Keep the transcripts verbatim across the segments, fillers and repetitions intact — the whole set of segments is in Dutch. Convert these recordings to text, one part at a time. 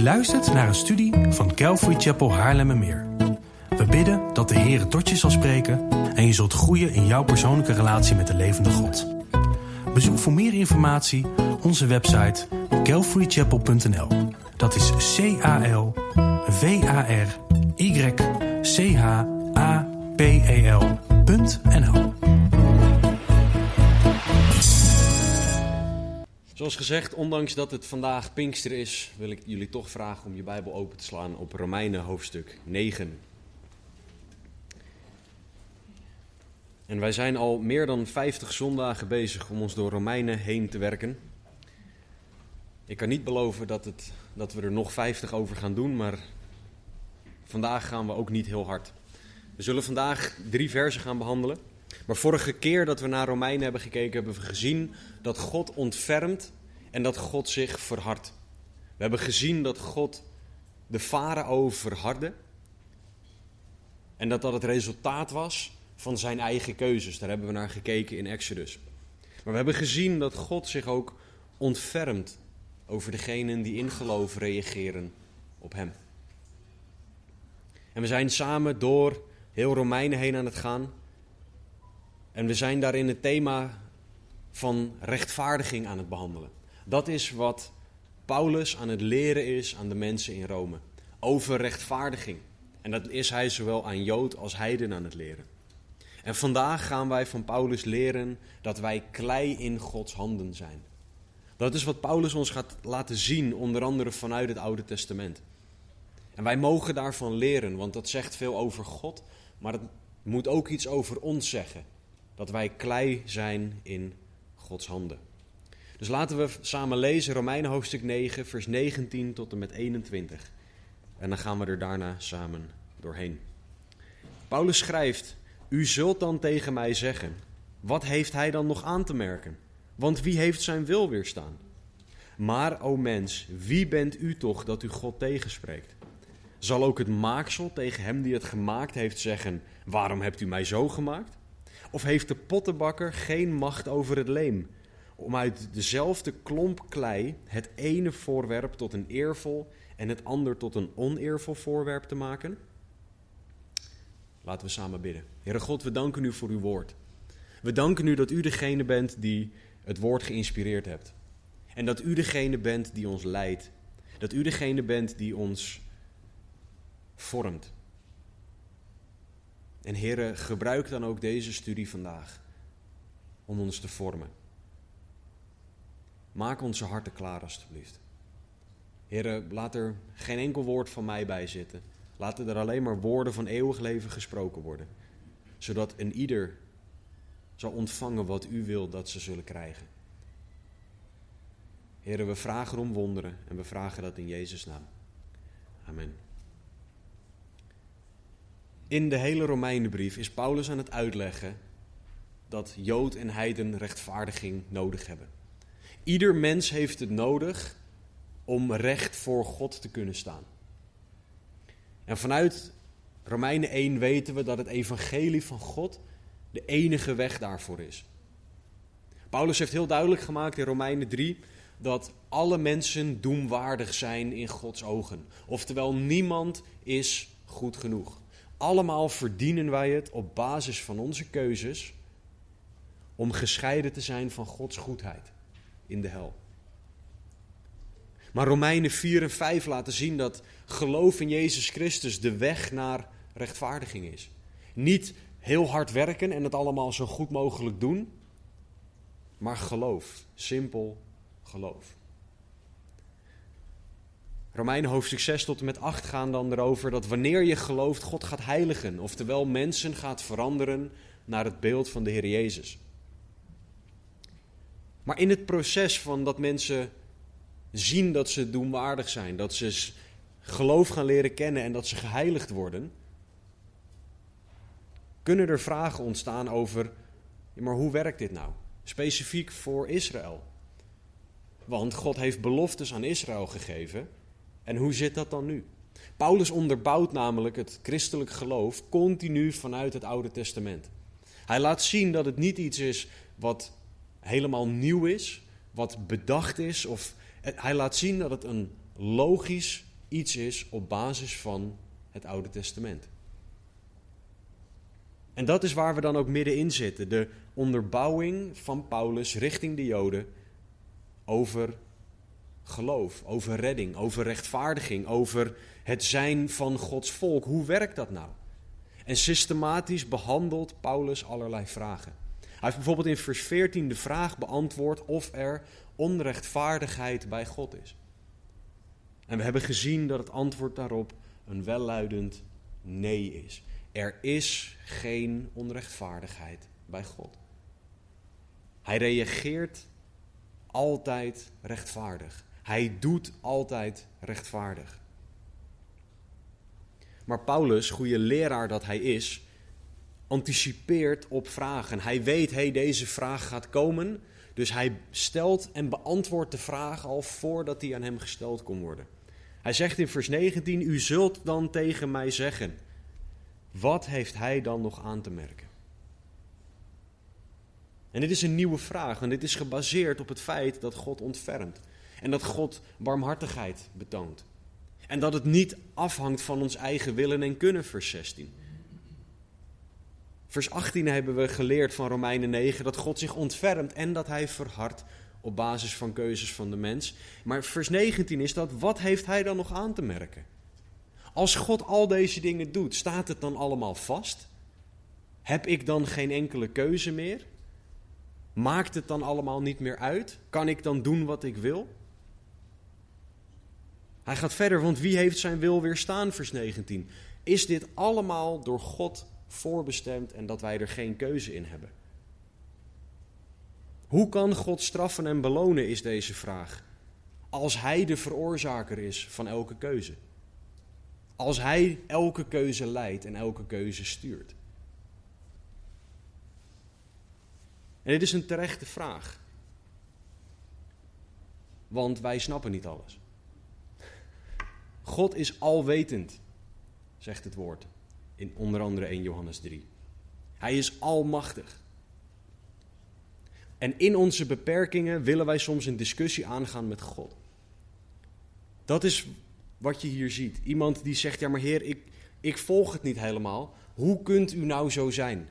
Je luistert naar een studie van Calvary Chapel Haarlemmermeer. We bidden dat de Heer tot je zal spreken en je zult groeien in jouw persoonlijke relatie met de levende God. Bezoek voor meer informatie onze website calvary chapel punt n l. Dat is C A L V A R Y C H A P E L punt n l. Zoals gezegd, ondanks dat het vandaag Pinkster is, wil ik jullie toch vragen om je Bijbel open te slaan op Romeinen hoofdstuk negen. En wij zijn al meer dan vijftig zondagen bezig om ons door Romeinen heen te werken. Ik kan niet beloven dat, het, dat we er nog vijftig over gaan doen, maar vandaag gaan we ook niet heel hard. We zullen vandaag drie versen gaan behandelen. Maar vorige keer dat we naar Romeinen hebben gekeken, hebben we gezien dat God ontfermt en dat God zich verhardt. We hebben gezien dat God de farao verhardde en dat dat het resultaat was van zijn eigen keuzes. Daar hebben we naar gekeken in Exodus. Maar we hebben gezien dat God zich ook ontfermt over degenen die in geloof reageren op hem. En we zijn samen door heel Romeinen heen aan het gaan. En we zijn daarin het thema van rechtvaardiging aan het behandelen. Dat is wat Paulus aan het leren is aan de mensen in Rome. Over rechtvaardiging. En dat is hij zowel aan Jood als heiden aan het leren. En vandaag gaan wij van Paulus leren dat wij klei in Gods handen zijn. Dat is wat Paulus ons gaat laten zien, onder andere vanuit het Oude Testament. En wij mogen daarvan leren, want dat zegt veel over God, maar het moet ook iets over ons zeggen. Dat wij klei zijn in Gods handen. Dus laten we samen lezen Romeinen hoofdstuk negen, vers negentien tot en met eenentwintig. En dan gaan we er daarna samen doorheen. Paulus schrijft: U zult dan tegen mij zeggen, wat heeft hij dan nog aan te merken? Want wie heeft zijn wil weerstaan? Maar, o mens, wie bent u toch dat u God tegenspreekt? Zal ook het maaksel tegen hem die het gemaakt heeft zeggen, waarom hebt u mij zo gemaakt? Of heeft de pottenbakker geen macht over het leem, om uit dezelfde klomp klei het ene voorwerp tot een eervol en het ander tot een oneervol voorwerp te maken? Laten we samen bidden. Heere God, we danken u voor uw woord. We danken u dat u degene bent die het woord geïnspireerd hebt. En dat u degene bent die ons leidt. Dat u degene bent die ons vormt. En Heere, gebruik dan ook deze studie vandaag om ons te vormen. Maak onze harten klaar alstublieft. Heere, laat er geen enkel woord van mij bij zitten. Laten er alleen maar woorden van eeuwig leven gesproken worden. Zodat een ieder zal ontvangen wat u wilt dat ze zullen krijgen. Heere, we vragen om wonderen en we vragen dat in Jezus' naam. Amen. In de hele Romeinenbrief is Paulus aan het uitleggen dat Jood en heiden rechtvaardiging nodig hebben. Ieder mens heeft het nodig om recht voor God te kunnen staan. En vanuit Romeinen één weten we dat het evangelie van God de enige weg daarvoor is. Paulus heeft heel duidelijk gemaakt in Romeinen drie dat alle mensen doemwaardig zijn in Gods ogen. Oftewel, niemand is goed genoeg. Allemaal verdienen wij het op basis van onze keuzes om gescheiden te zijn van Gods goedheid in de hel. Maar Romeinen vier en vijf laten zien dat geloof in Jezus Christus de weg naar rechtvaardiging is. Niet heel hard werken en het allemaal zo goed mogelijk doen, maar geloof. Simpel geloof. Romeinen hoofdstuk zes tot en met acht gaan dan erover dat wanneer je gelooft, God gaat heiligen. Oftewel mensen gaat veranderen naar het beeld van de Heer Jezus. Maar in het proces van dat mensen zien dat ze doemwaardig zijn, dat ze geloof gaan leren kennen en dat ze geheiligd worden, kunnen er vragen ontstaan over, ja, maar hoe werkt dit nou? Specifiek voor Israël. Want God heeft beloftes aan Israël gegeven. En hoe zit dat dan nu? Paulus onderbouwt namelijk het christelijk geloof continu vanuit het Oude Testament. Hij laat zien dat het niet iets is wat helemaal nieuw is, wat bedacht is. Of hij laat zien dat het een logisch iets is op basis van het Oude Testament. En dat is waar we dan ook middenin zitten. De onderbouwing van Paulus richting de Joden over geloof, over redding, over rechtvaardiging, over het zijn van Gods volk. Hoe werkt dat nou? En systematisch behandelt Paulus allerlei vragen. Hij heeft bijvoorbeeld in vers veertien de vraag beantwoord of er onrechtvaardigheid bij God is. En we hebben gezien dat het antwoord daarop een welluidend nee is. Er is geen onrechtvaardigheid bij God. Hij reageert altijd rechtvaardig. Hij doet altijd rechtvaardig. Maar Paulus, goede leraar dat hij is, anticipeert op vragen. Hij weet, hey, deze vraag gaat komen. Dus hij stelt en beantwoordt de vraag al voordat die aan hem gesteld kon worden. Hij zegt in vers negentien, u zult dan tegen mij zeggen, wat heeft hij dan nog aan te merken? En dit is een nieuwe vraag, en dit is gebaseerd op het feit dat God ontfermt. En dat God barmhartigheid betoont. En dat het niet afhangt van ons eigen willen en kunnen, vers zestien. Vers achttien hebben we geleerd van Romeinen negen dat God zich ontfermt en dat hij verhardt op basis van keuzes van de mens. Maar vers negentien is dat, wat heeft hij dan nog aan te merken? Als God al deze dingen doet, staat het dan allemaal vast? Heb ik dan geen enkele keuze meer? Maakt het dan allemaal niet meer uit? Kan ik dan doen wat ik wil? Hij gaat verder, want wie heeft zijn wil weerstaan, vers negentien? Is dit allemaal door God voorbestemd en dat wij er geen keuze in hebben? Hoe kan God straffen en belonen, is deze vraag. Als hij de veroorzaker is van elke keuze. Als hij elke keuze leidt en elke keuze stuurt. En dit is een terechte vraag. Want wij snappen niet alles. God is alwetend, zegt het woord. In onder andere eerste Johannes drie. Hij is almachtig. En in onze beperkingen willen wij soms een discussie aangaan met God. Dat is wat je hier ziet. Iemand die zegt, ja maar Heer, ik, ik volg het niet helemaal. Hoe kunt u nou zo zijn?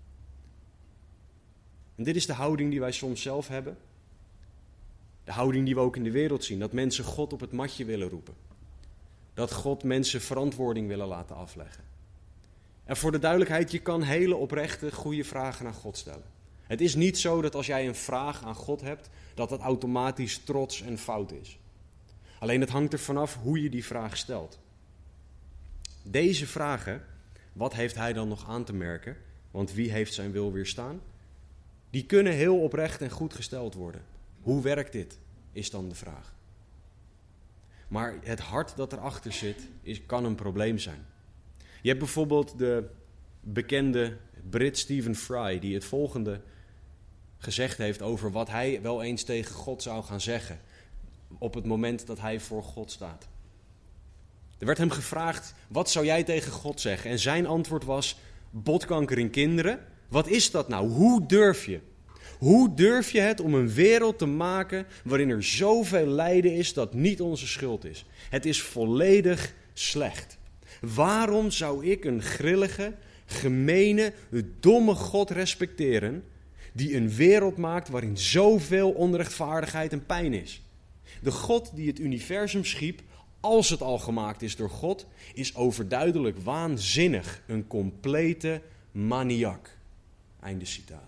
En dit is de houding die wij soms zelf hebben. De houding die we ook in de wereld zien. Dat mensen God op het matje willen roepen. Dat God mensen verantwoording willen laten afleggen. En voor de duidelijkheid, je kan hele oprechte, goede vragen aan God stellen. Het is niet zo dat als jij een vraag aan God hebt, dat dat automatisch trots en fout is. Alleen het hangt er vanaf hoe je die vraag stelt. Deze vragen, wat heeft hij dan nog aan te merken? Want wie heeft zijn wil weerstaan? Die kunnen heel oprecht en goed gesteld worden. Hoe werkt dit, is dan de vraag. Maar het hart dat erachter zit, is, kan een probleem zijn. Je hebt bijvoorbeeld de bekende Brit Stephen Fry, die het volgende gezegd heeft over wat hij wel eens tegen God zou gaan zeggen op het moment dat hij voor God staat. Er werd hem gevraagd, wat zou jij tegen God zeggen? En zijn antwoord was, botkanker in kinderen. Wat is dat nou? Hoe durf je? Hoe durf je het om een wereld te maken waarin er zoveel lijden is dat niet onze schuld is? Het is volledig slecht. Waarom zou ik een grillige, gemene, domme God respecteren die een wereld maakt waarin zoveel onrechtvaardigheid en pijn is? De God die het universum schiep, als het al gemaakt is door God, is overduidelijk waanzinnig, een complete maniak. Einde citaat.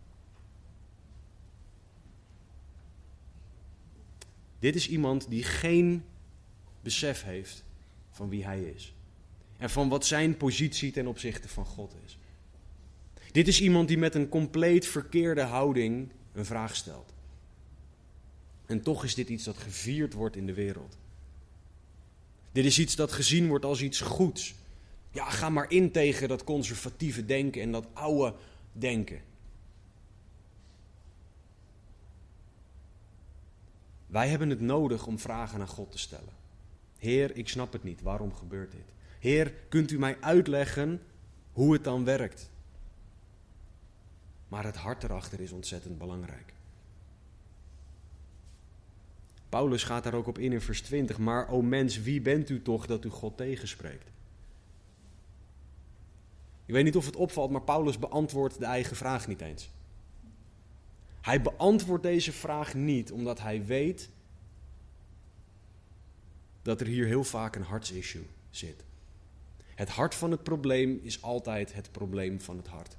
Dit is iemand die geen besef heeft van wie hij is. En van wat zijn positie ten opzichte van God is. Dit is iemand die met een compleet verkeerde houding een vraag stelt. En toch is dit iets dat gevierd wordt in de wereld. Dit is iets dat gezien wordt als iets goeds. Ja, ga maar in tegen dat conservatieve denken en dat oude denken. Wij hebben het nodig om vragen aan God te stellen. Heer, ik snap het niet. Waarom gebeurt dit? Heer, kunt u mij uitleggen hoe het dan werkt? Maar het hart erachter is ontzettend belangrijk. Paulus gaat daar ook op in in vers twintig. Maar o mens, wie bent u toch dat u God tegenspreekt? Ik weet niet of het opvalt, maar Paulus beantwoordt de eigen vraag niet eens. Hij beantwoordt deze vraag niet omdat hij weet dat er hier heel vaak een hartsissue zit. Het hart van het probleem is altijd het probleem van het hart.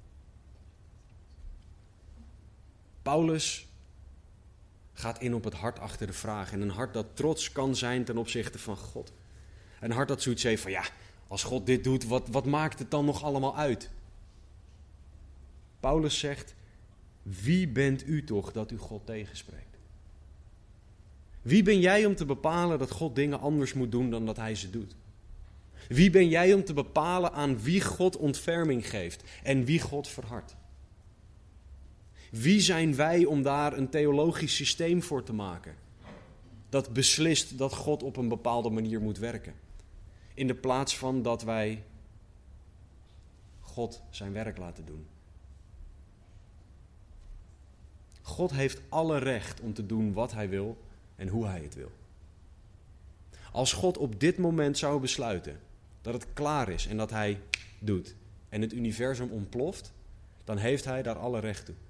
Paulus gaat in op het hart achter de vraag. En een hart dat trots kan zijn ten opzichte van God. Een hart dat zoiets heeft van ja, als God dit doet, wat, wat maakt het dan nog allemaal uit? Paulus zegt, wie bent u toch dat u God tegenspreekt? Wie ben jij om te bepalen dat God dingen anders moet doen dan dat hij ze doet? Wie ben jij om te bepalen aan wie God ontferming geeft en wie God verhardt? Wie zijn wij om daar een theologisch systeem voor te maken? Dat beslist dat God op een bepaalde manier moet werken. In de plaats van dat wij God zijn werk laten doen. God heeft alle recht om te doen wat hij wil en hoe hij het wil. Als God op dit moment zou besluiten dat het klaar is en dat hij doet en het universum ontploft, dan heeft hij daar alle recht toe.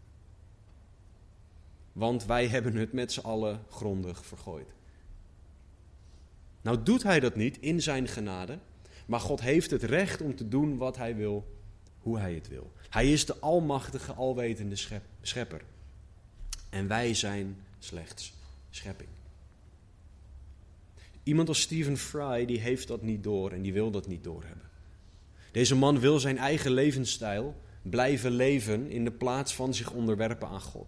Want wij hebben het met z'n allen grondig vergooid. Nou doet hij dat niet in zijn genade, maar God heeft het recht om te doen wat hij wil, hoe hij het wil. Hij is de almachtige, alwetende schep, schepper. En wij zijn slechts schepping. Iemand als Stephen Fry, die heeft dat niet door en die wil dat niet doorhebben. Deze man wil zijn eigen levensstijl blijven leven in de plaats van zich onderwerpen aan God.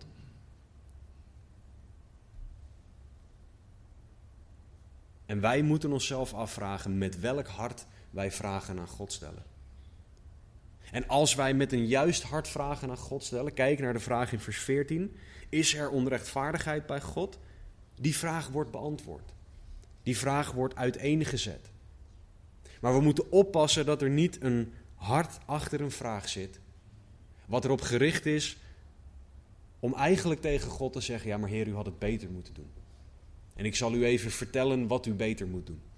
En wij moeten onszelf afvragen met welk hart wij vragen aan God stellen. En als wij met een juist hart vragen aan God stellen, kijk naar de vraag in vers veertien. Is er onrechtvaardigheid bij God? Die vraag wordt beantwoord. Die vraag wordt uiteengezet. Maar we moeten oppassen dat er niet een hart achter een vraag zit, wat erop gericht is om eigenlijk tegen God te zeggen, ja maar Heer, u had het beter moeten doen. En ik zal u even vertellen wat u beter moet doen.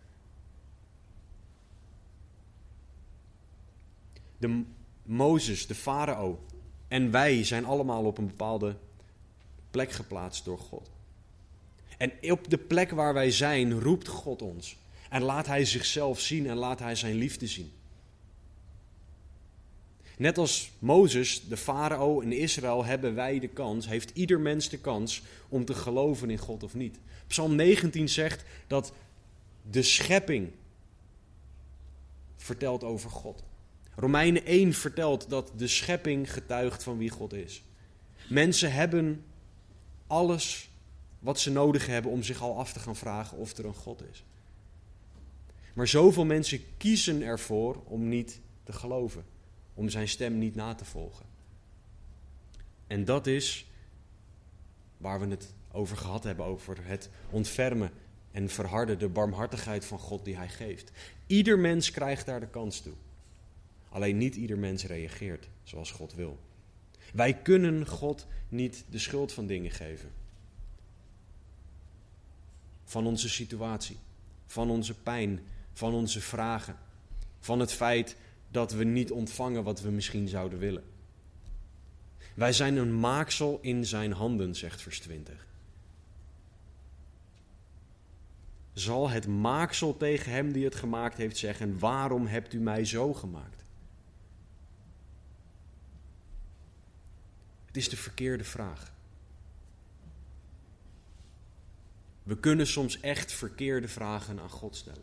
De Mozes, de farao en wij zijn allemaal op een bepaalde plek geplaatst door God. En op de plek waar wij zijn roept God ons. En laat hij zichzelf zien en laat hij zijn liefde zien. Net als Mozes, de farao en Israël hebben wij de kans, heeft ieder mens de kans om te geloven in God of niet. Psalm negentien zegt dat de schepping vertelt over God. Romeinen één vertelt dat de schepping getuigt van wie God is. Mensen hebben alles wat ze nodig hebben om zich al af te gaan vragen of er een God is. Maar zoveel mensen kiezen ervoor om niet te geloven. Om zijn stem niet na te volgen. En dat is waar we het over gehad hebben, over het ontfermen en verharden, de barmhartigheid van God die hij geeft. Ieder mens krijgt daar de kans toe. Alleen niet ieder mens reageert zoals God wil. Wij kunnen God niet de schuld van dingen geven. Van onze situatie, van onze pijn, van onze vragen, van het feit dat we niet ontvangen wat we misschien zouden willen. Wij zijn een maaksel in zijn handen, zegt vers twintig. Zal het maaksel tegen hem die het gemaakt heeft zeggen, waarom hebt u mij zo gemaakt? Het is de verkeerde vraag. We kunnen soms echt verkeerde vragen aan God stellen.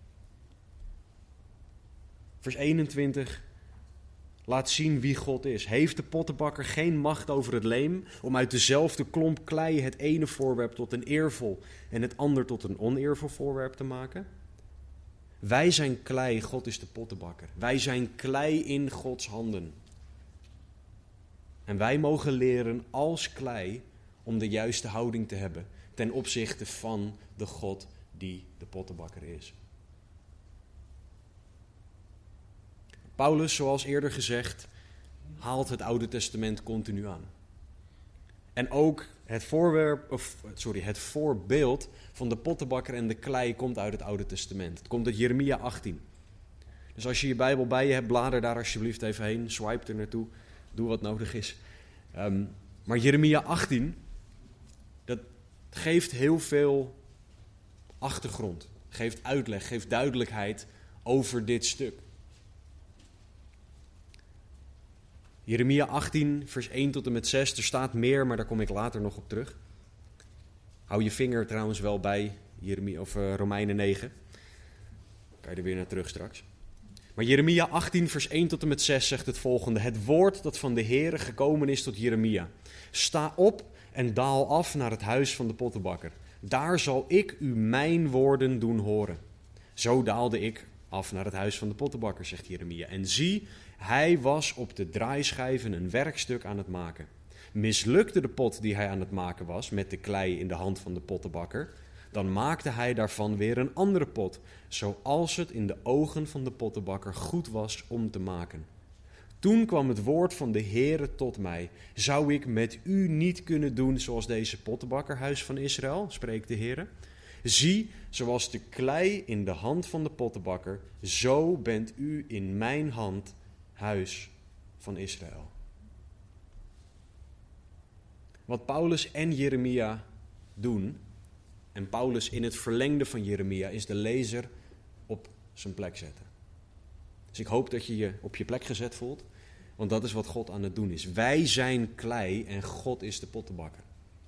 Vers eenentwintig laat zien wie God is. Heeft de pottenbakker geen macht over het leem om uit dezelfde klomp klei het ene voorwerp tot een eervol en het ander tot een oneervol voorwerp te maken? Wij zijn klei, God is de pottenbakker. Wij zijn klei in Gods handen. En wij mogen leren als klei om de juiste houding te hebben ten opzichte van de God die de pottenbakker is. Paulus, zoals eerder gezegd, haalt het Oude Testament continu aan. En ook het, voorwerp, of, sorry, het voorbeeld van de pottenbakker en de klei komt uit het Oude Testament. Het komt uit Jeremia achttien. Dus als je je Bijbel bij je hebt, blader daar alsjeblieft even heen. Swipe er naartoe. Doe wat nodig is. Um, maar Jeremia achttien, dat geeft heel veel achtergrond. Geeft uitleg, geeft duidelijkheid over dit stuk. Jeremia achttien, vers één tot en met zes. Er staat meer, maar daar kom ik later nog op terug. Hou je vinger trouwens wel bij Jeremia, of uh, Romeinen negen. Kan je er weer naar terug straks. Maar Jeremia achttien, vers één tot en met zes zegt het volgende. Het woord dat van de Heere gekomen is tot Jeremia. Sta op en daal af naar het huis van de pottenbakker. Daar zal ik u mijn woorden doen horen. Zo daalde ik af naar het huis van de pottenbakker, zegt Jeremia. En zie, hij was op de draaischijven een werkstuk aan het maken. Mislukte de pot die hij aan het maken was met de klei in de hand van de pottenbakker, dan maakte hij daarvan weer een andere pot, zoals het in de ogen van de pottenbakker goed was om te maken. Toen kwam het woord van de Heere tot mij. Zou ik met u niet kunnen doen zoals deze pottenbakker, huis van Israël, spreekt de Heere? Zie, zoals de klei in de hand van de pottenbakker, zo bent u in mijn hand, huis van Israël. Wat Paulus en Jeremia doen, en Paulus in het verlengde van Jeremia, is de lezer op zijn plek zetten. Dus ik hoop dat je je op je plek gezet voelt, want dat is wat God aan het doen is. Wij zijn klei en God is de pottenbakker.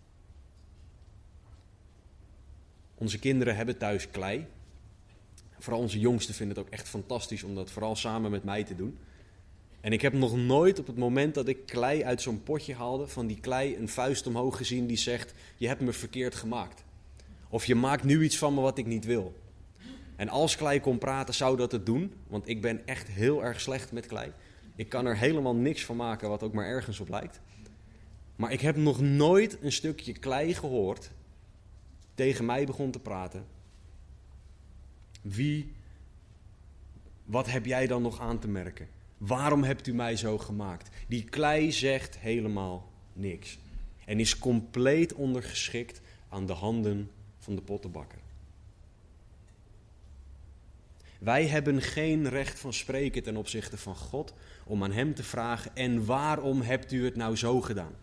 Onze kinderen hebben thuis klei. Vooral onze jongsten vinden het ook echt fantastisch om dat vooral samen met mij te doen. En ik heb nog nooit op het moment dat ik klei uit zo'n potje haalde, van die klei een vuist omhoog gezien die zegt, je hebt me verkeerd gemaakt. Of je maakt nu iets van me wat ik niet wil. En als klei kon praten, zou dat het doen. Want ik ben echt heel erg slecht met klei. Ik kan er helemaal niks van maken wat ook maar ergens op lijkt. Maar ik heb nog nooit een stukje klei gehoord tegen mij begon te praten. Wie, wat heb jij dan nog aan te merken? Waarom hebt u mij zo gemaakt? Die klei zegt helemaal niks. En is compleet ondergeschikt aan de handen van de pottenbakker. Wij hebben geen recht van spreken ten opzichte van God om aan hem te vragen, en waarom hebt u het nou zo gedaan?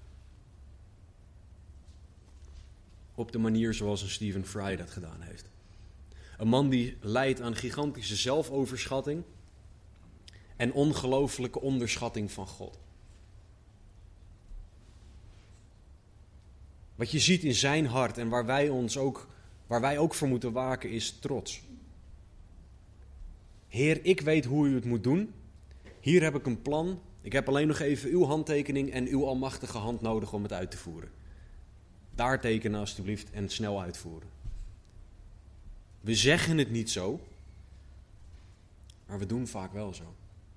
Op de manier zoals een Stephen Fry dat gedaan heeft. Een man die lijdt aan gigantische zelfoverschatting en ongelooflijke onderschatting van God. Wat je ziet in zijn hart en waar wij ons ook, waar wij ook voor moeten waken, is trots. Heer, ik weet hoe u het moet doen. Hier heb ik een plan. Ik heb alleen nog even uw handtekening en uw almachtige hand nodig om het uit te voeren. Daar tekenen alstublieft en snel uitvoeren. We zeggen het niet zo, maar we doen vaak wel zo.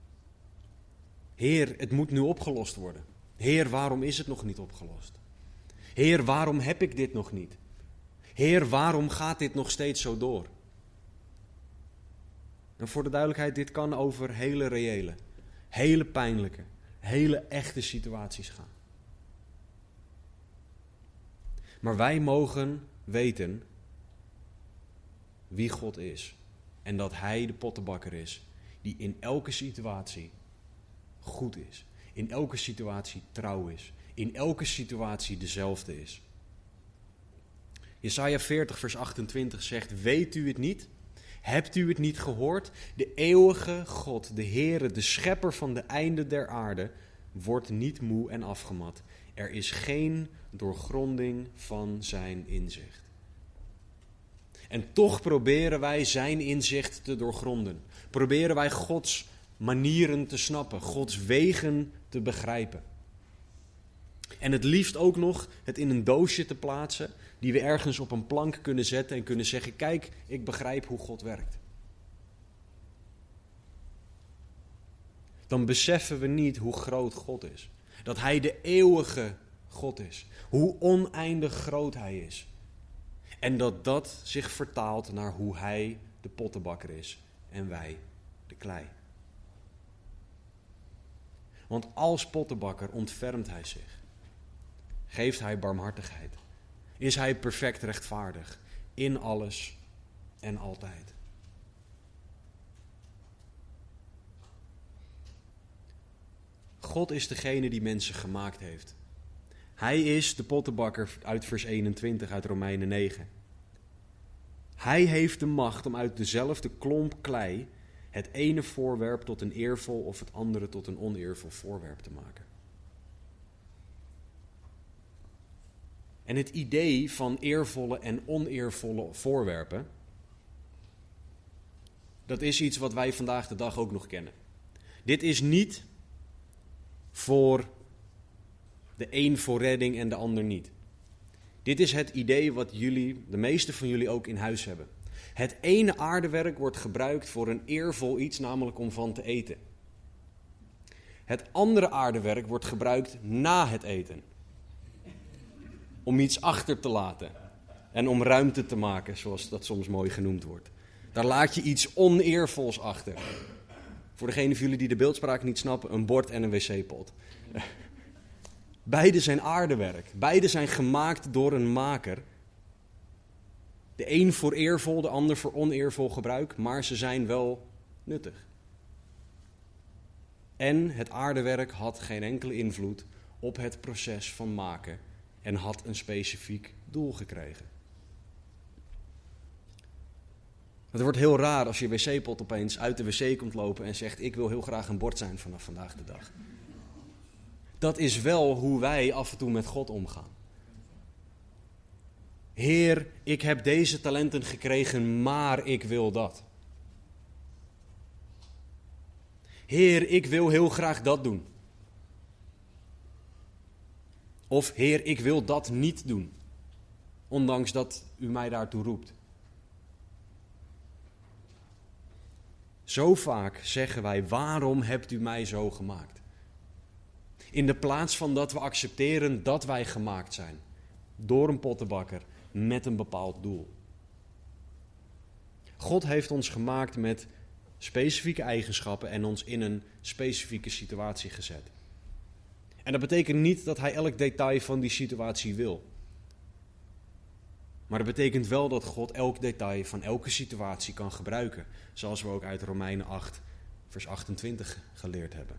Heer, het moet nu opgelost worden. Heer, waarom is het nog niet opgelost? Heer, waarom heb ik dit nog niet? Heer, waarom gaat dit nog steeds zo door? En voor de duidelijkheid, dit kan over hele reële, hele pijnlijke, hele echte situaties gaan. Maar wij mogen weten wie God is. En dat Hij de pottenbakker is, die in elke situatie goed is. In elke situatie trouw is. In elke situatie dezelfde is. Jesaja veertig vers achtentwintig zegt, weet u het niet? Hebt u het niet gehoord? De eeuwige God, de Heere, de schepper van de einden der aarde, wordt niet moe en afgemat. Er is geen doorgronding van zijn inzicht. En toch proberen wij zijn inzicht te doorgronden. Proberen wij Gods manieren te snappen, Gods wegen te begrijpen. En het liefst ook nog het in een doosje te plaatsen, die we ergens op een plank kunnen zetten en kunnen zeggen, kijk, ik begrijp hoe God werkt. Dan beseffen we niet hoe groot God is. Dat Hij de eeuwige God is. Hoe oneindig groot Hij is. En dat dat zich vertaalt naar hoe Hij de pottenbakker is en wij de klei. Want als pottenbakker ontfermt Hij zich. geeft hij barmhartigheid. Is hij perfect rechtvaardig in alles en altijd. God is degene die mensen gemaakt heeft. Hij is de pottenbakker uit vers eenentwintig uit Romeinen negen. Hij heeft de macht om uit dezelfde klomp klei het ene voorwerp tot een eervol of het andere tot een oneervol voorwerp te maken. En het idee van eervolle en oneervolle voorwerpen, dat is iets wat wij vandaag de dag ook nog kennen. Dit is niet voor de een voor redding en de ander niet. Dit is het idee wat jullie, de meeste van jullie ook in huis hebben. Het ene aardewerk wordt gebruikt voor een eervol iets, namelijk om van te eten. Het andere aardewerk wordt gebruikt na het eten. Om iets achter te laten. En om ruimte te maken, zoals dat soms mooi genoemd wordt. Daar laat je iets oneervols achter. Voor degenen van jullie die de beeldspraak niet snappen, een bord en een wc-pot. Beide zijn aardewerk. Beide zijn gemaakt door een maker. De een voor eervol, de ander voor oneervol gebruik, maar ze zijn wel nuttig. En het aardewerk had geen enkele invloed op het proces van maken en had een specifiek doel gekregen. Het wordt heel raar als je wc-pot opeens uit de wc komt lopen en zegt: ik wil heel graag een bord zijn vanaf vandaag de dag. Dat is wel hoe wij af en toe met God omgaan. Heer, ik heb deze talenten gekregen, maar ik wil dat. Heer, ik wil heel graag dat doen. Of Heer, ik wil dat niet doen. Ondanks dat u mij daartoe roept. Zo vaak zeggen wij: waarom hebt u mij zo gemaakt? In de plaats van dat we accepteren dat wij gemaakt zijn. Door een pottenbakker met een bepaald doel. God heeft ons gemaakt met specifieke eigenschappen en ons in een specifieke situatie gezet. En dat betekent niet dat hij elk detail van die situatie wil. Maar dat betekent wel dat God elk detail van elke situatie kan gebruiken. Zoals we ook uit Romeinen acht, vers achtentwintig geleerd hebben.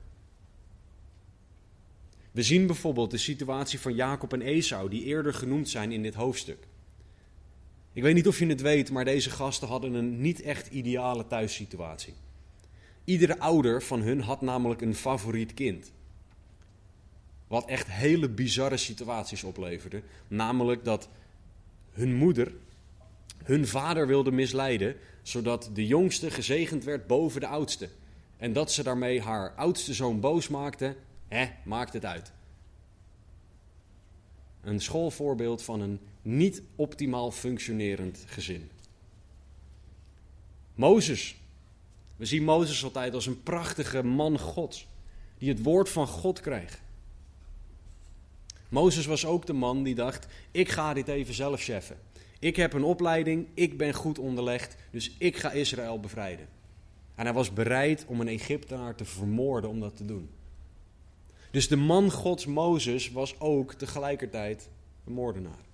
We zien bijvoorbeeld de situatie van Jacob en Esau, die eerder genoemd zijn in dit hoofdstuk. Ik weet niet of je het weet, maar deze gasten hadden een niet echt ideale thuissituatie. Iedere ouder van hun had namelijk een favoriet kind. Wat echt hele bizarre situaties opleverde. Namelijk dat hun moeder hun vader wilde misleiden, zodat de jongste gezegend werd boven de oudste. En dat ze daarmee haar oudste zoon boos maakte, hè, maakt het uit. Een schoolvoorbeeld van een niet optimaal functionerend gezin. Mozes. We zien Mozes altijd als een prachtige man Gods, die het woord van God kreeg. Mozes was ook de man die dacht: ik ga dit even zelf cheffen. Ik heb een opleiding, ik ben goed onderlegd, dus ik ga Israël bevrijden. En hij was bereid om een Egyptenaar te vermoorden om dat te doen. Dus de man Gods Mozes was ook tegelijkertijd een moordenaar.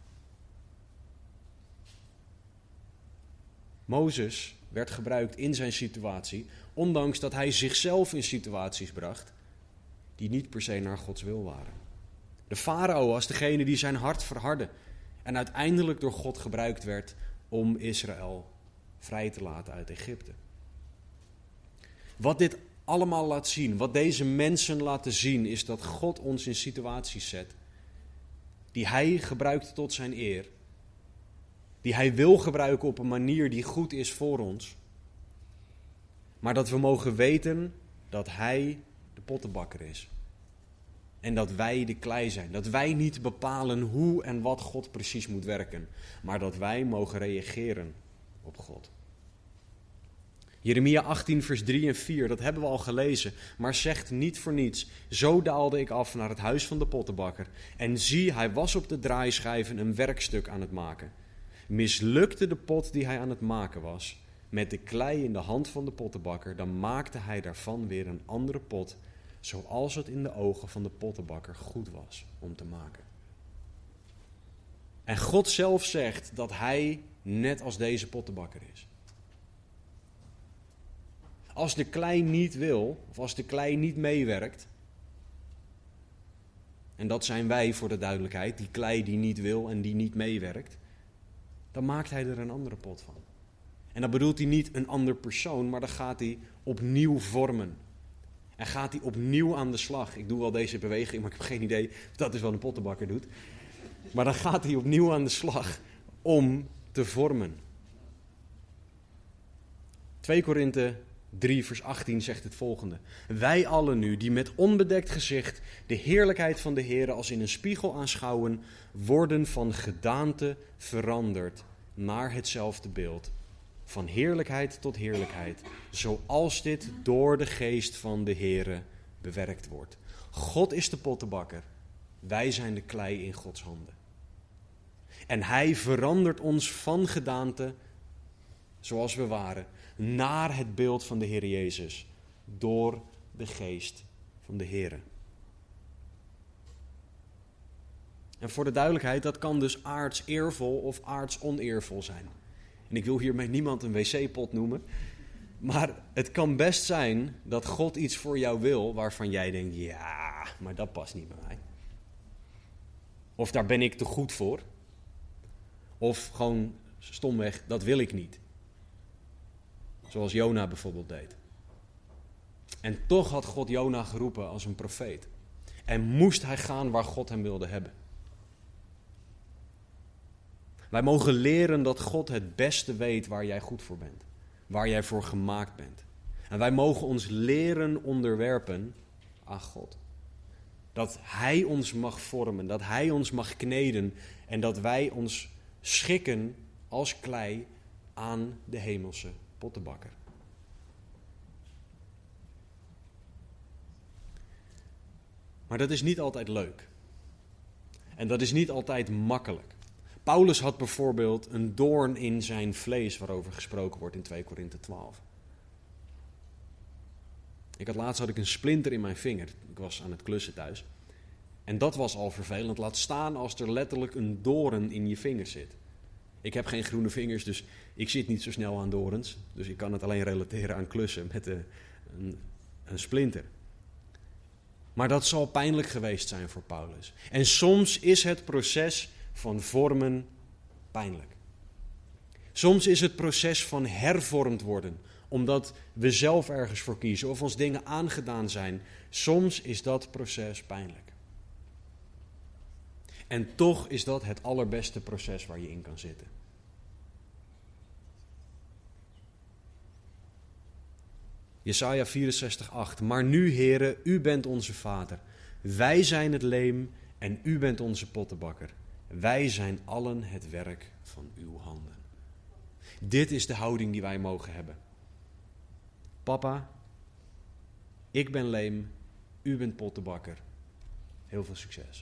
Mozes werd gebruikt in zijn situatie, ondanks dat hij zichzelf in situaties bracht die niet per se naar Gods wil waren. De farao was degene die zijn hart verhardde en uiteindelijk door God gebruikt werd om Israël vrij te laten uit Egypte. Wat dit allemaal laat zien, wat deze mensen laten zien, is dat God ons in situaties zet die hij gebruikt tot zijn eer, die hij wil gebruiken op een manier die goed is voor ons, maar dat we mogen weten dat hij de pottenbakker is. En dat wij de klei zijn. Dat wij niet bepalen hoe en wat God precies moet werken. Maar dat wij mogen reageren op God. Jeremia achttien vers drie en vier, dat hebben we al gelezen. Maar zegt niet voor niets: zo daalde ik af naar het huis van de pottenbakker. En zie, hij was op de draaischijven een werkstuk aan het maken. Mislukte de pot die hij aan het maken was met de klei in de hand van de pottenbakker, dan maakte hij daarvan weer een andere pot, zoals het in de ogen van de pottenbakker goed was om te maken. En God zelf zegt dat hij net als deze pottenbakker is. Als de klei niet wil, of als de klei niet meewerkt, en dat zijn wij voor de duidelijkheid, die klei die niet wil en die niet meewerkt, dan maakt hij er een andere pot van. En dan bedoelt hij niet een ander persoon, maar dan gaat hij opnieuw vormen. En gaat hij opnieuw aan de slag. Ik doe wel deze beweging, maar ik heb geen idee of dat is wat een pottenbakker doet. Maar dan gaat hij opnieuw aan de slag om te vormen. twee Korinthe drie vers achttien zegt het volgende. Wij allen nu, die met onbedekt gezicht de heerlijkheid van de Heer als in een spiegel aanschouwen, worden van gedaante veranderd naar hetzelfde beeld. Van heerlijkheid tot heerlijkheid, zoals dit door de geest van de Heere bewerkt wordt. God is de pottenbakker, wij zijn de klei in Gods handen. En hij verandert ons van gedaante, zoals we waren, naar het beeld van de Heer Jezus, door de geest van de Heere. En voor de duidelijkheid, dat kan dus aards eervol of aards oneervol zijn. En ik wil hiermee niemand een wc-pot noemen. Maar het kan best zijn dat God iets voor jou wil waarvan jij denkt, ja, maar dat past niet bij mij. Of daar ben ik te goed voor. Of gewoon stomweg, dat wil ik niet. Zoals Jona bijvoorbeeld deed. En toch had God Jona geroepen als een profeet. En moest hij gaan waar God hem wilde hebben. Wij mogen leren dat God het beste weet waar jij goed voor bent. Waar jij voor gemaakt bent. En wij mogen ons leren onderwerpen aan God. Dat hij ons mag vormen, dat hij ons mag kneden en dat wij ons schikken als klei aan de hemelse pottenbakker. Maar dat is niet altijd leuk. En dat is niet altijd makkelijk. Paulus had bijvoorbeeld een doorn in zijn vlees waarover gesproken wordt in twee Korinthe twaalf. Ik had laatst had ik een splinter in mijn vinger. Ik was aan het klussen thuis. En dat was al vervelend. Laat staan als er letterlijk een doorn in je vinger zit. Ik heb geen groene vingers, dus ik zit niet zo snel aan dorens. Dus ik kan het alleen relateren aan klussen met een, een, een splinter. Maar dat zal pijnlijk geweest zijn voor Paulus. En soms is het proces van vormen pijnlijk. Soms is het proces van hervormd worden, omdat we zelf ergens voor kiezen of ons dingen aangedaan zijn. Soms is dat proces pijnlijk. En toch is dat het allerbeste proces waar je in kan zitten. Jesaja vierenzestig acht. Maar nu, Heere, u bent onze Vader. Wij zijn het leem en u bent onze pottenbakker. Wij zijn allen het werk van uw handen. Dit is de houding die wij mogen hebben. Papa, ik ben leem, u bent pottenbakker. Heel veel succes.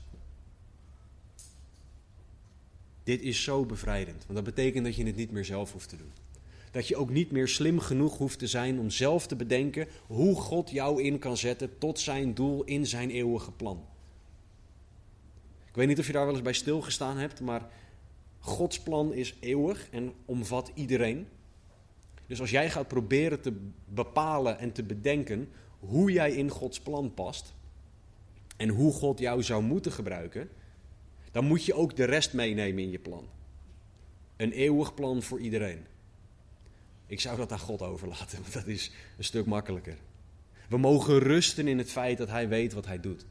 Dit is zo bevrijdend, want dat betekent dat je het niet meer zelf hoeft te doen. Dat je ook niet meer slim genoeg hoeft te zijn om zelf te bedenken hoe God jou in kan zetten tot zijn doel in zijn eeuwige plan. Ik weet niet of je daar wel eens bij stilgestaan hebt, maar Gods plan is eeuwig en omvat iedereen. Dus als jij gaat proberen te bepalen en te bedenken hoe jij in Gods plan past en hoe God jou zou moeten gebruiken, dan moet je ook de rest meenemen in je plan. Een eeuwig plan voor iedereen. Ik zou dat aan God overlaten, want dat is een stuk makkelijker. We mogen rusten in het feit dat hij weet wat hij doet.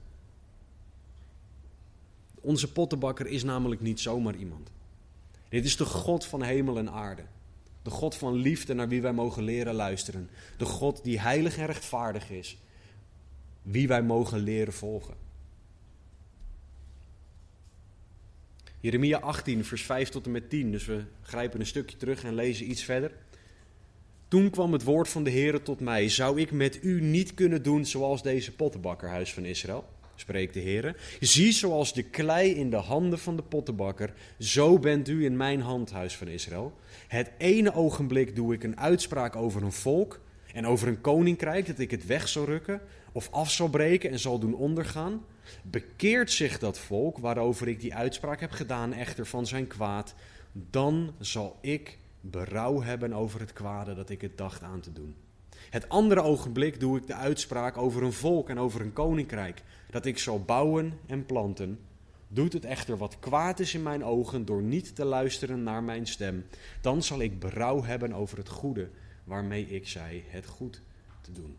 Onze pottenbakker is namelijk niet zomaar iemand. Dit is de God van hemel en aarde. De God van liefde naar wie wij mogen leren luisteren. De God die heilig en rechtvaardig is. Wie wij mogen leren volgen. Jeremia achttien, vers vijf tot en met tien. Dus we grijpen een stukje terug en lezen iets verder. Toen kwam het woord van de Heere tot mij. Zou ik met u niet kunnen doen zoals deze pottenbakker, huis van Israël? Spreekt de Heere. Zie, zoals de klei in de handen van de pottenbakker, zo bent u in mijn hand, huis van Israël. Het ene ogenblik doe ik een uitspraak over een volk En over een koninkrijk dat ik het weg zal rukken of af zal breken en zal doen ondergaan. Bekeert zich dat volk waarover ik die uitspraak heb gedaan echter van zijn kwaad, dan zal ik berouw hebben over het kwade dat ik het dacht aan te doen. Het andere ogenblik doe ik de uitspraak over een volk en over een koninkrijk dat ik zal bouwen en planten. Doet het echter wat kwaad is in mijn ogen door niet te luisteren naar mijn stem, dan zal ik berouw hebben over het goede waarmee ik zei het goed te doen.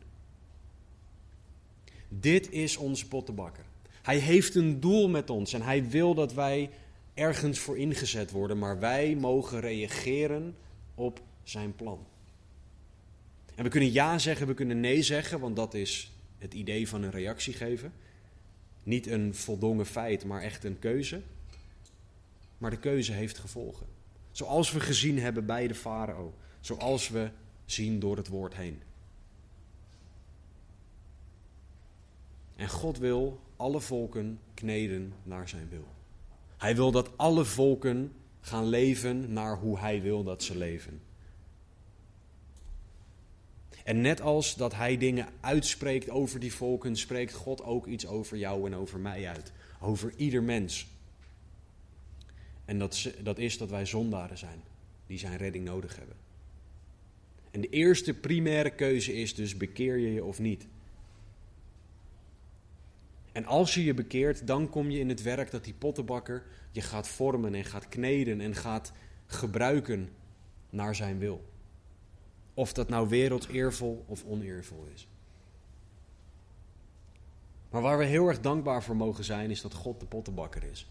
Dit is onze pottenbakker. Hij heeft een doel met ons en hij wil dat wij ergens voor ingezet worden, maar wij mogen reageren op zijn plan. En we kunnen ja zeggen, we kunnen nee zeggen, want dat is het idee van een reactie geven. Niet een voldongen feit, maar echt een keuze. Maar de keuze heeft gevolgen. Zoals we gezien hebben bij de farao. Zoals we zien door het woord heen. En God wil alle volken kneden naar zijn wil. Hij wil dat alle volken gaan leven naar hoe hij wil dat ze leven. En net als dat hij dingen uitspreekt over die volken, spreekt God ook iets over jou en over mij uit. Over ieder mens. En dat, dat is dat wij zondaren zijn, die zijn redding nodig hebben. En de eerste primaire keuze is dus, bekeer je je of niet? En als je je bekeert, dan kom je in het werk dat die pottenbakker je gaat vormen en gaat kneden en gaat gebruiken naar zijn wil. Of dat nou wereldeervol of oneervol is. Maar waar we heel erg dankbaar voor mogen zijn, is dat God de pottenbakker is.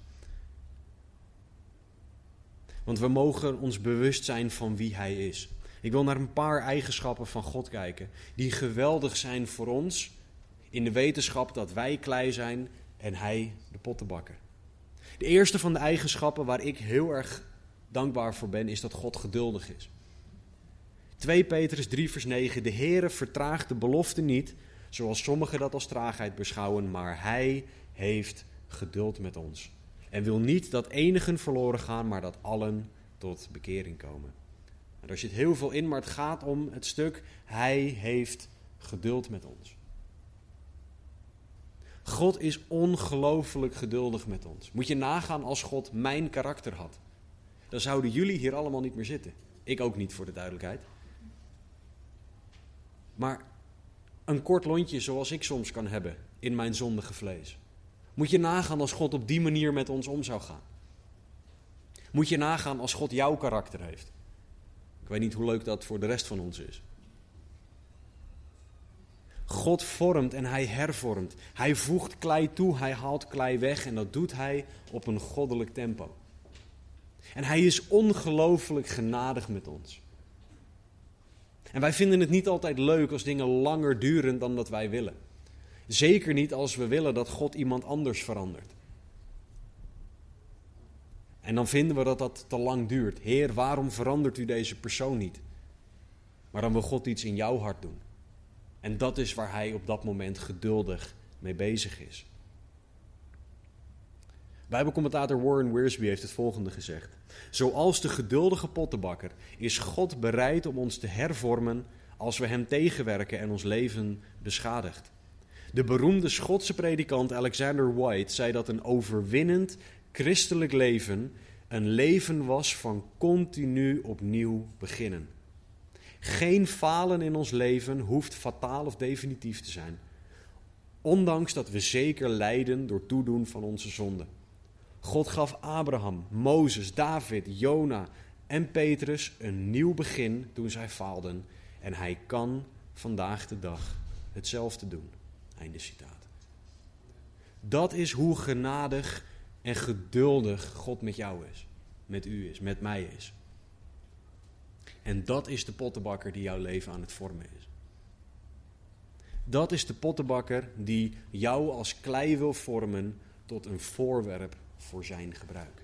Want we mogen ons bewust zijn van wie hij is. Ik wil naar een paar eigenschappen van God kijken, die geweldig zijn voor ons, in de wetenschap dat wij klei zijn en hij de pottenbakker. De eerste van de eigenschappen waar ik heel erg dankbaar voor ben, is dat God geduldig is. twee Petrus drie vers negen, de Heere vertraagt de belofte niet, zoals sommigen dat als traagheid beschouwen, maar hij heeft geduld met ons. En wil niet dat enigen verloren gaan, maar dat allen tot bekering komen. En daar zit heel veel in, maar het gaat om het stuk, hij heeft geduld met ons. God is ongelooflijk geduldig met ons. Moet je nagaan als God mijn karakter had. Dan zouden jullie hier allemaal niet meer zitten. Ik ook niet, voor de duidelijkheid. Maar een kort lontje zoals ik soms kan hebben in mijn zondige vlees. Moet je nagaan als God op die manier met ons om zou gaan. Moet je nagaan als God jouw karakter heeft. Ik weet niet hoe leuk dat voor de rest van ons is. God vormt en hij hervormt. Hij voegt klei toe, hij haalt klei weg en dat doet hij op een goddelijk tempo. En hij is ongelooflijk genadig met ons. En wij vinden het niet altijd leuk als dingen langer duren dan dat wij willen. Zeker niet als we willen dat God iemand anders verandert. En dan vinden we dat dat te lang duurt. Heer, waarom verandert u deze persoon niet? Maar dan wil God iets in jouw hart doen. En dat is waar hij op dat moment geduldig mee bezig is. Bijbelcommentator Warren Wiersbe heeft het volgende gezegd. Zoals de geduldige pottenbakker is God bereid om ons te hervormen als we hem tegenwerken en ons leven beschadigt. De beroemde Schotse predikant Alexander White zei dat een overwinnend christelijk leven een leven was van continu opnieuw beginnen. Geen falen in ons leven hoeft fataal of definitief te zijn. Ondanks dat we zeker lijden door toedoen van onze zonden. God gaf Abraham, Mozes, David, Jona en Petrus een nieuw begin toen zij faalden. En hij kan vandaag de dag hetzelfde doen. Einde citaat. Dat is hoe genadig en geduldig God met jou is. Met u is, met mij is. En dat is de pottenbakker die jouw leven aan het vormen is. Dat is de pottenbakker die jou als klei wil vormen tot een voorwerp voor zijn gebruik.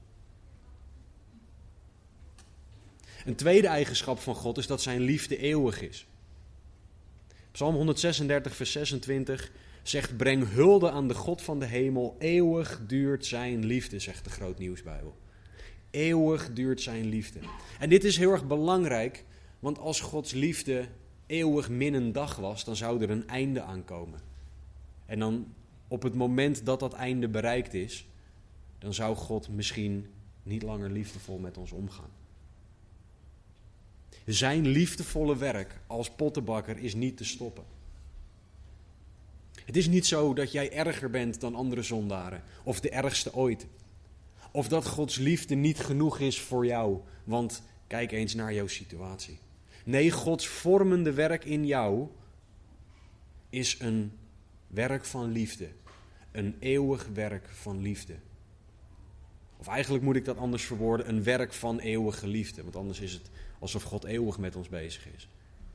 Een tweede eigenschap van God is dat zijn liefde eeuwig is. Psalm honderdzesendertig vers zesentwintig zegt, breng hulde aan de God van de hemel, eeuwig duurt zijn liefde, zegt de Groot Nieuwsbijbel. Eeuwig duurt zijn liefde. En dit is heel erg belangrijk, want als Gods liefde eeuwig min een dag was, dan zou er een einde aankomen. En dan op het moment dat dat einde bereikt is, dan zou God misschien niet langer liefdevol met ons omgaan. Zijn liefdevolle werk als pottenbakker is niet te stoppen. Het is niet zo dat jij erger bent dan andere zondaren, of de ergste ooit. Of dat Gods liefde niet genoeg is voor jou, want kijk eens naar jouw situatie. Nee, Gods vormende werk in jou is een werk van liefde. Een eeuwig werk van liefde. Of eigenlijk moet ik dat anders verwoorden, een werk van eeuwige liefde. Want anders is het alsof God eeuwig met ons bezig is.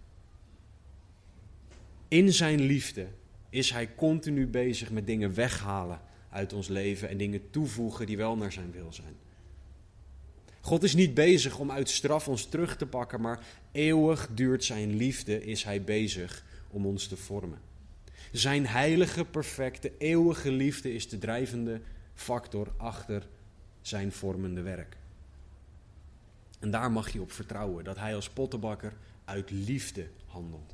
In zijn liefde is hij continu bezig met dingen weghalen uit ons leven en dingen toevoegen die wel naar zijn wil zijn. God is niet bezig om uit straf ons terug te pakken, maar eeuwig duurt zijn liefde, is hij bezig om ons te vormen. Zijn heilige, perfecte, eeuwige liefde is de drijvende factor achter zijn vormende werk. En daar mag je op vertrouwen, dat hij als pottenbakker uit liefde handelt.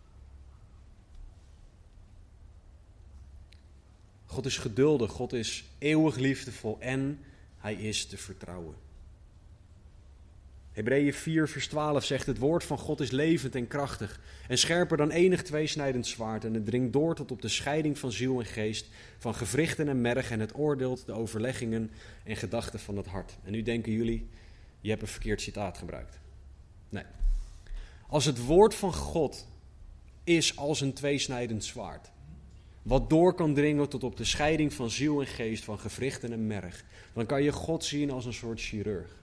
God is geduldig, God is eeuwig liefdevol en hij is te vertrouwen. Hebreeën vier vers twaalf zegt: het woord van God is levend en krachtig en scherper dan enig tweesnijdend zwaard en het dringt door tot op de scheiding van ziel en geest, van gewrichten en merg en het oordeelt de overleggingen en gedachten van het hart. En nu denken jullie, je hebt een verkeerd citaat gebruikt. Nee. Als het woord van God is als een tweesnijdend zwaard, wat door kan dringen tot op de scheiding van ziel en geest, van gewrichten en merg, dan kan je God zien als een soort chirurg.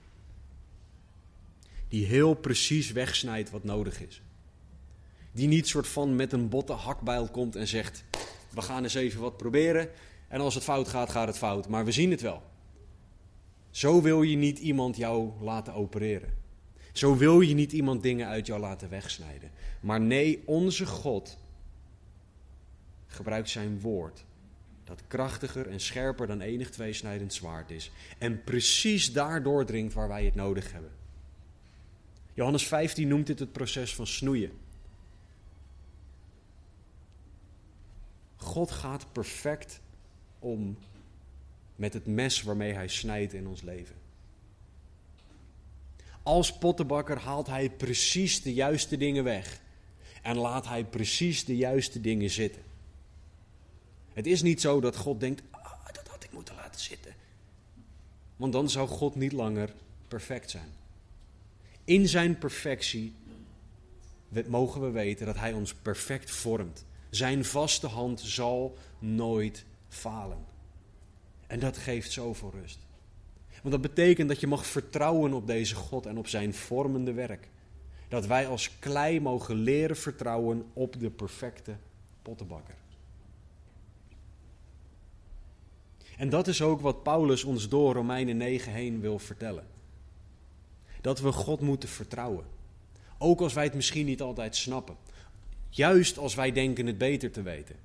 Die heel precies wegsnijdt wat nodig is. Die niet soort van met een botte hakbijl komt en zegt: we gaan eens even wat proberen. En als het fout gaat, gaat het fout. Maar we zien het wel. Zo wil je niet iemand jou laten opereren. Zo wil je niet iemand dingen uit jou laten wegsnijden. Maar nee, onze God gebruikt zijn woord, dat krachtiger en scherper dan enig tweesnijdend zwaard is. En precies daar doordringt waar wij het nodig hebben. Johannes vijftien noemt dit het proces van snoeien. God gaat perfect om met het mes waarmee hij snijdt in ons leven. Als pottenbakker haalt hij precies de juiste dingen weg en laat hij precies de juiste dingen zitten. Het is niet zo dat God denkt: ah, dat had ik moeten laten zitten. Want dan zou God niet langer perfect zijn. In zijn perfectie mogen we weten dat hij ons perfect vormt. Zijn vaste hand zal nooit falen. En dat geeft zoveel rust. Want dat betekent dat je mag vertrouwen op deze God en op zijn vormende werk. Dat wij als klei mogen leren vertrouwen op de perfecte pottenbakker. En dat is ook wat Paulus ons door Romeinen negen heen wil vertellen. Dat we God moeten vertrouwen. Ook als wij het misschien niet altijd snappen. Juist als wij denken het beter te weten.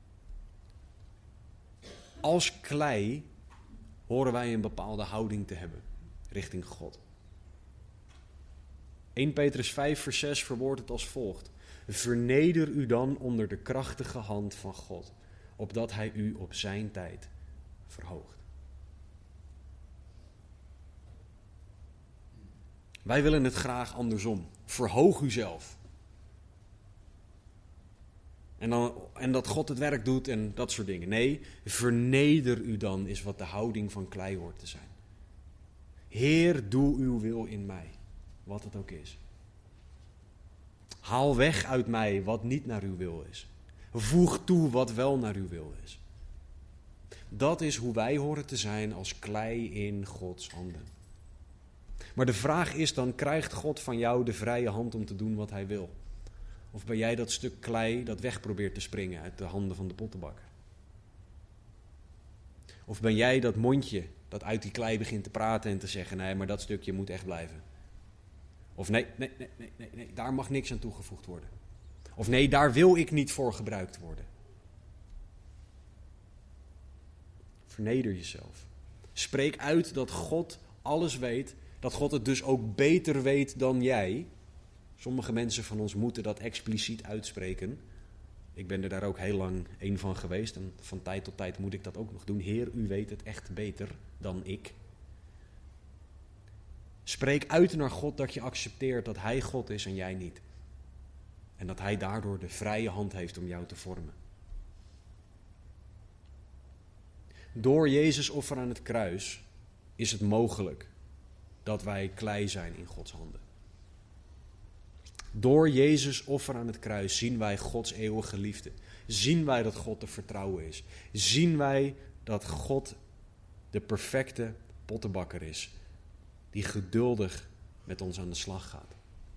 Als klei horen wij een bepaalde houding te hebben richting God. eerste Petrus vijf vers zes verwoordt het als volgt: verneder u dan onder de krachtige hand van God, opdat hij u op zijn tijd verhoogt. Wij willen het graag andersom. Verhoog uzelf. En, dan, en dat God het werk doet en dat soort dingen. Nee, verneder u dan is wat de houding van klei hoort te zijn. Heer, doe uw wil in mij, wat het ook is. Haal weg uit mij wat niet naar uw wil is. Voeg toe wat wel naar uw wil is. Dat is hoe wij horen te zijn als klei in Gods handen. Maar de vraag is dan, krijgt God van jou de vrije hand om te doen wat hij wil? Of ben jij dat stuk klei dat weg probeert te springen uit de handen van de pottenbakker? Of ben jij dat mondje dat uit die klei begint te praten en te zeggen: nee, maar dat stukje moet echt blijven. Of nee, nee, nee, nee, nee, nee, daar mag niks aan toegevoegd worden. Of nee, daar wil ik niet voor gebruikt worden. Verneder jezelf. Spreek uit dat God alles weet, dat God het dus ook beter weet dan jij. Sommige mensen van ons moeten dat expliciet uitspreken. Ik ben er daar ook heel lang een van geweest en van tijd tot tijd moet ik dat ook nog doen. Heer, u weet het echt beter dan ik. Spreek uit naar God dat je accepteert dat Hij God is en jij niet. En dat Hij daardoor de vrije hand heeft om jou te vormen. Door Jezus' offer aan het kruis is het mogelijk dat wij klei zijn in Gods handen. Door Jezus' offer aan het kruis zien wij Gods eeuwige liefde. Zien wij dat God te vertrouwen is. Zien wij dat God de perfecte pottenbakker is. Die geduldig met ons aan de slag gaat.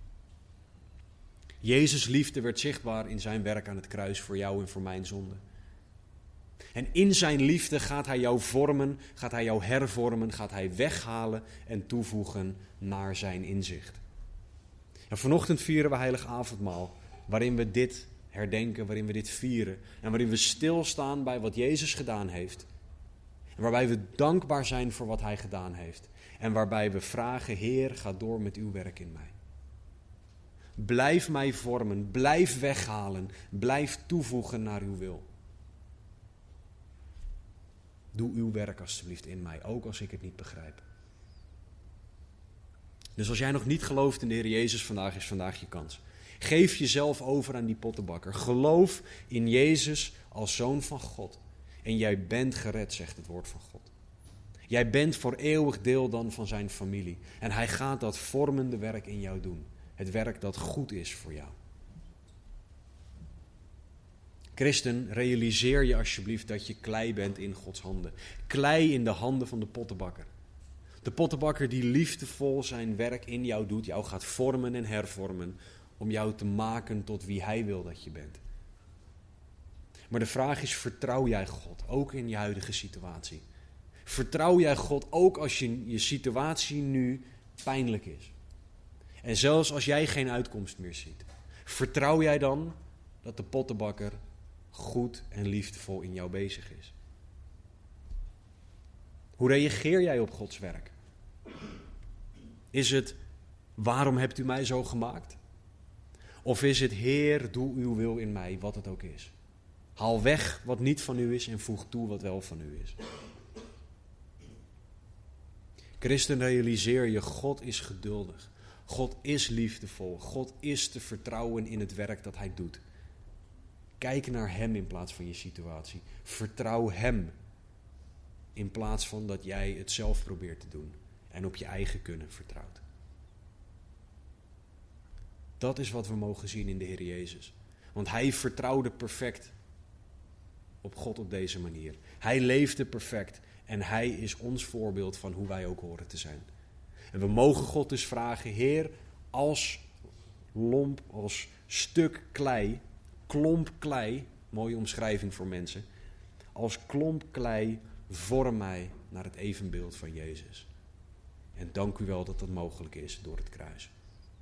Jezus' liefde werd zichtbaar in zijn werk aan het kruis voor jou en voor mijn zonde. En in zijn liefde gaat hij jou vormen, gaat hij jou hervormen, gaat hij weghalen en toevoegen naar zijn inzicht. En vanochtend vieren we Heilig Avondmaal, waarin we dit herdenken, waarin we dit vieren. En waarin we stilstaan bij wat Jezus gedaan heeft. En waarbij we dankbaar zijn voor wat hij gedaan heeft. En waarbij we vragen, Heer, ga door met uw werk in mij. Blijf mij vormen, blijf weghalen, blijf toevoegen naar uw wil. Doe uw werk alstublieft in mij, ook als ik het niet begrijp. Dus als jij nog niet gelooft in de Heer Jezus, vandaag is vandaag je kans. Geef jezelf over aan die pottenbakker. Geloof in Jezus als Zoon van God. En jij bent gered, zegt het woord van God. Jij bent voor eeuwig deel dan van zijn familie. En hij gaat dat vormende werk in jou doen. Het werk dat goed is voor jou. Christen, realiseer je alsjeblieft dat je klei bent in Gods handen. Klei in de handen van de pottenbakker. De pottenbakker die liefdevol zijn werk in jou doet, jou gaat vormen en hervormen om jou te maken tot wie hij wil dat je bent. Maar de vraag is, vertrouw jij God, ook in je huidige situatie? Vertrouw jij God ook als je, je situatie nu pijnlijk is? En zelfs als jij geen uitkomst meer ziet, vertrouw jij dan dat de pottenbakker goed en liefdevol in jou bezig is? Hoe reageer jij op Gods werk? Is het, waarom hebt u mij zo gemaakt? Of is het, Heer, doe uw wil in mij, wat het ook is. Haal weg wat niet van u is en voeg toe wat wel van u is. Christen, realiseer je, God is geduldig. God is liefdevol. God is te vertrouwen in het werk dat hij doet. Kijk naar hem in plaats van je situatie. Vertrouw hem. In plaats van dat jij het zelf probeert te doen. En op je eigen kunnen vertrouwt. Dat is wat we mogen zien in de Heer Jezus. Want hij vertrouwde perfect op God op deze manier. Hij leefde perfect. En hij is ons voorbeeld van hoe wij ook horen te zijn. En we mogen God dus vragen, Heer, als lomp, als stuk klei, klomp klei, mooie omschrijving voor mensen. Als klomp klei, vorm mij naar het evenbeeld van Jezus. En dank u wel dat dat mogelijk is door het kruis.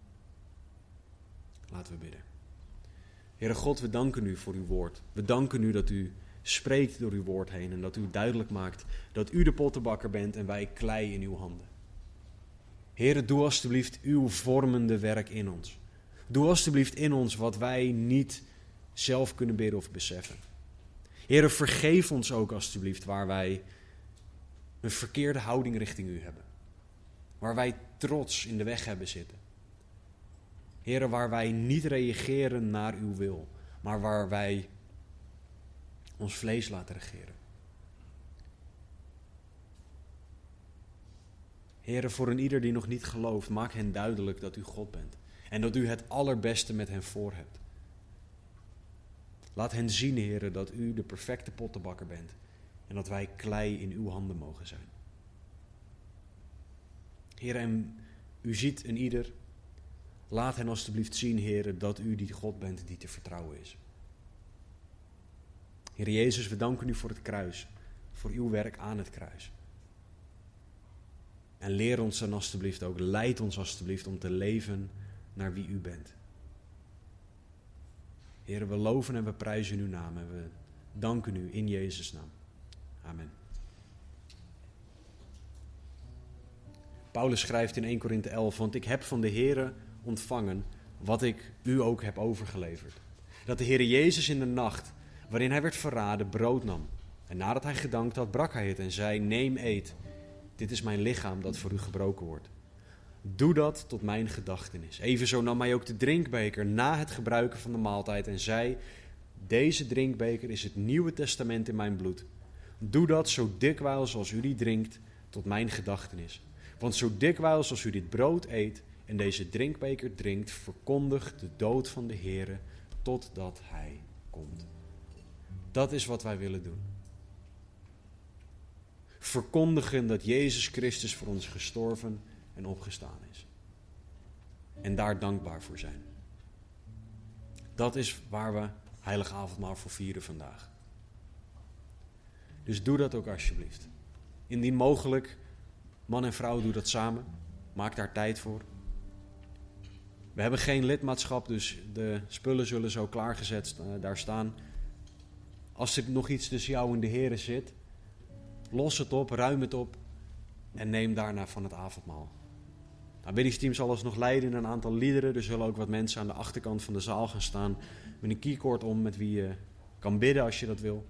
Laten we bidden. Heere God, we danken u voor uw woord. We danken u dat u spreekt door uw woord heen en dat u duidelijk maakt dat u de pottenbakker bent en wij klei in uw handen. Heere, doe alstublieft uw vormende werk in ons. Doe alstublieft in ons wat wij niet zelf kunnen bidden of beseffen. Heere, vergeef ons ook alstublieft waar wij een verkeerde houding richting u hebben. Waar wij trots in de weg hebben zitten. Heere, waar wij niet reageren naar uw wil, maar waar wij ons vlees laten regeren. Heere, voor een ieder die nog niet gelooft, maak hen duidelijk dat u God bent. En dat u het allerbeste met hen voor hebt. Laat hen zien, Heere, dat u de perfecte pottenbakker bent. En dat wij klei in uw handen mogen zijn. Heere, en u ziet een ieder. Laat hen alstublieft zien, Heere, dat u die God bent die te vertrouwen is. Heer Jezus, we danken u voor het kruis. Voor uw werk aan het kruis. En leer ons dan alstublieft ook, leid ons alstublieft om te leven naar wie u bent. Heer, we loven en we prijzen uw naam en we danken u in Jezus' naam. Amen. Paulus schrijft in eerste Korinthe elf, want ik heb van de Heere ontvangen wat ik u ook heb overgeleverd. Dat de Heer Jezus in de nacht, waarin hij werd verraden, brood nam. En nadat hij gedankt had, brak hij het en zei, neem, eet. Dit is mijn lichaam dat voor u gebroken wordt. Doe dat tot mijn gedachtenis. Evenzo nam hij ook de drinkbeker na het gebruiken van de maaltijd en zei, deze drinkbeker is het Nieuwe Testament in mijn bloed. Doe dat zo dikwijls als u die drinkt tot mijn gedachtenis. Want zo dikwijls als u dit brood eet en deze drinkbeker drinkt, verkondigt de dood van de Heere totdat hij komt. Dat is wat wij willen doen. Verkondigen dat Jezus Christus voor ons gestorven en opgestaan is. En daar dankbaar voor zijn. Dat is waar we Heilige Avondmaal voor vieren vandaag. Dus doe dat ook alsjeblieft. Indien mogelijk, man en vrouw, doe dat samen. Maak daar tijd voor. We hebben geen lidmaatschap, dus de spullen zullen zo klaargezet uh, daar staan. Als er nog iets tussen jou en de Here zit, los het op, ruim het op en neem daarna van het avondmaal. Het aanbiddingsteam zal ons nog leiden in een aantal liederen. Er zullen ook wat mensen aan de achterkant van de zaal gaan staan met een keycord om, met wie je kan bidden als je dat wil.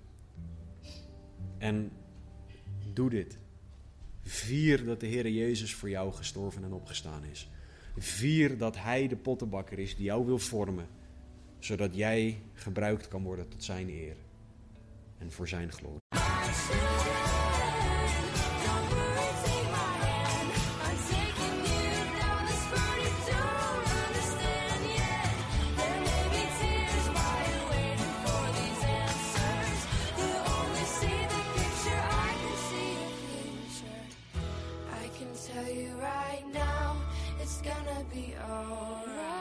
En doe dit. Vier dat de Heere Jezus voor jou gestorven en opgestaan is. Vier dat Hij de pottenbakker is die jou wil vormen, zodat jij gebruikt kan worden tot zijn eer en voor zijn glorie. Tell you right now, it's gonna be alright.